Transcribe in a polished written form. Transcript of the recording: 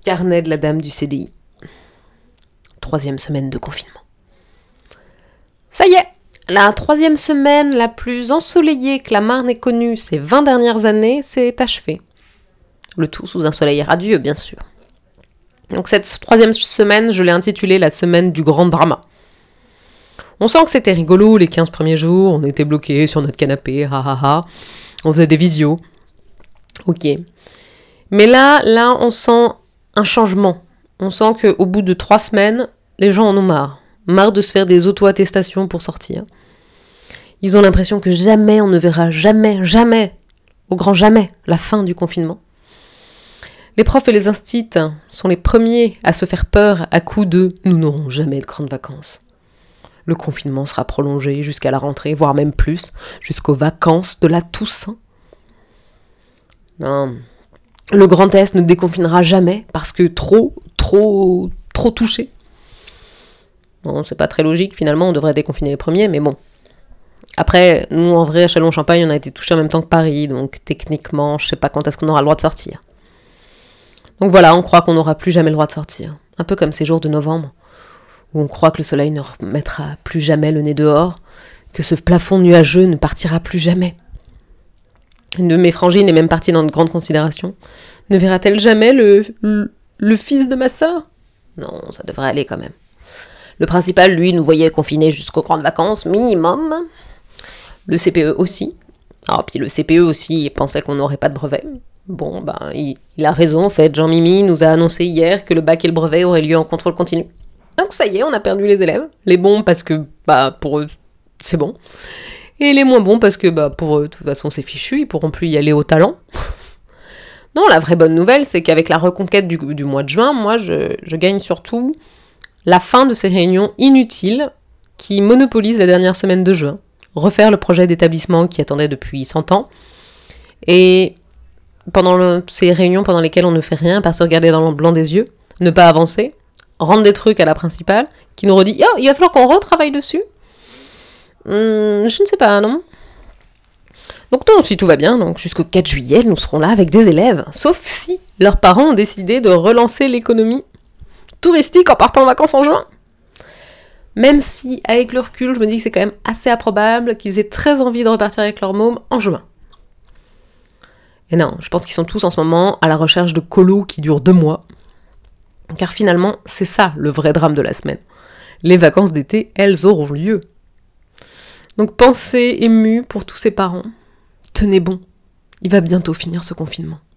Carnet de la dame du CDI. 3e semaine de confinement. Ça y est, la 3e semaine la plus ensoleillée que la Marne ait connue ces 20 dernières années s'est achevée. Le tout sous un soleil radieux, bien sûr. Donc cette 3e semaine, je l'ai intitulée la semaine du grand drama. On sent que c'était rigolo les 15 premiers jours, on était bloqués sur notre canapé, on faisait des visios. Ok. Mais là, on sent un changement. On sent qu'au bout de 3 semaines, les gens en ont marre. Marre de se faire des auto-attestations pour sortir. Ils ont l'impression que jamais on ne verra jamais, au grand jamais, la fin du confinement. Les profs et les instits sont les premiers à se faire peur à coups de « nous n'aurons jamais de grandes vacances ». Le confinement sera prolongé jusqu'à la rentrée, voire même plus, jusqu'aux vacances de la Toussaint. Non, le Grand Est ne déconfinera jamais parce que trop touché. Bon, c'est pas très logique, finalement, on devrait déconfiner les premiers, mais bon. Après, nous, en vrai, à Châlons-en-Champagne, on a été touchés en même temps que Paris, donc techniquement, je sais pas quand est-ce qu'on aura le droit de sortir. Donc voilà, on croit qu'on n'aura plus jamais le droit de sortir. Un peu comme ces jours de novembre, où on croit que le soleil ne remettra plus jamais le nez dehors, que ce plafond nuageux ne partira plus jamais. Une de mes frangines est même partie dans de grandes considérations. Ne verra-t-elle jamais le fils de ma sœur ? Non, ça devrait aller quand même. Le principal, lui, nous voyait confinés jusqu'aux grandes vacances, minimum. Le CPE aussi. Alors, puis le CPE aussi, il pensait qu'on n'aurait pas de brevet. Bon, il a raison, en fait. Jean-Mimi nous a annoncé hier que le bac et le brevet auraient lieu en contrôle continu. Donc ça y est, on a perdu les élèves. Les bons parce que, pour eux, c'est bon. Et les moins bons parce que, pour eux, de toute façon, c'est fichu, ils pourront plus y aller au talent. Non, la vraie bonne nouvelle, c'est qu'avec la reconquête du mois de juin, moi, je gagne surtout la fin de ces réunions inutiles qui monopolisent la dernière semaine de juin. Refaire le projet d'établissement qui attendait depuis 100 ans. Et pendant ces réunions pendant lesquelles on ne fait rien, à part se regarder dans le blanc des yeux, ne pas avancer, rendre des trucs à la principale, qui nous redit « il va falloir qu'on retravaille dessus ». Je ne sais pas, non. Donc non, si tout va bien, donc jusqu'au 4 juillet, nous serons là avec des élèves, sauf si leurs parents ont décidé de relancer l'économie touristique en partant en vacances en juin. Même si, avec le recul, je me dis que c'est quand même assez improbable qu'ils aient très envie de repartir avec leur môme en juin. Et non, je pense qu'ils sont tous en ce moment à la recherche de colos qui durent 2 mois. Car finalement, c'est ça le vrai drame de la semaine. Les vacances d'été, elles auront lieu. Donc pensez ému pour tous ces parents. Tenez bon, il va bientôt finir ce confinement.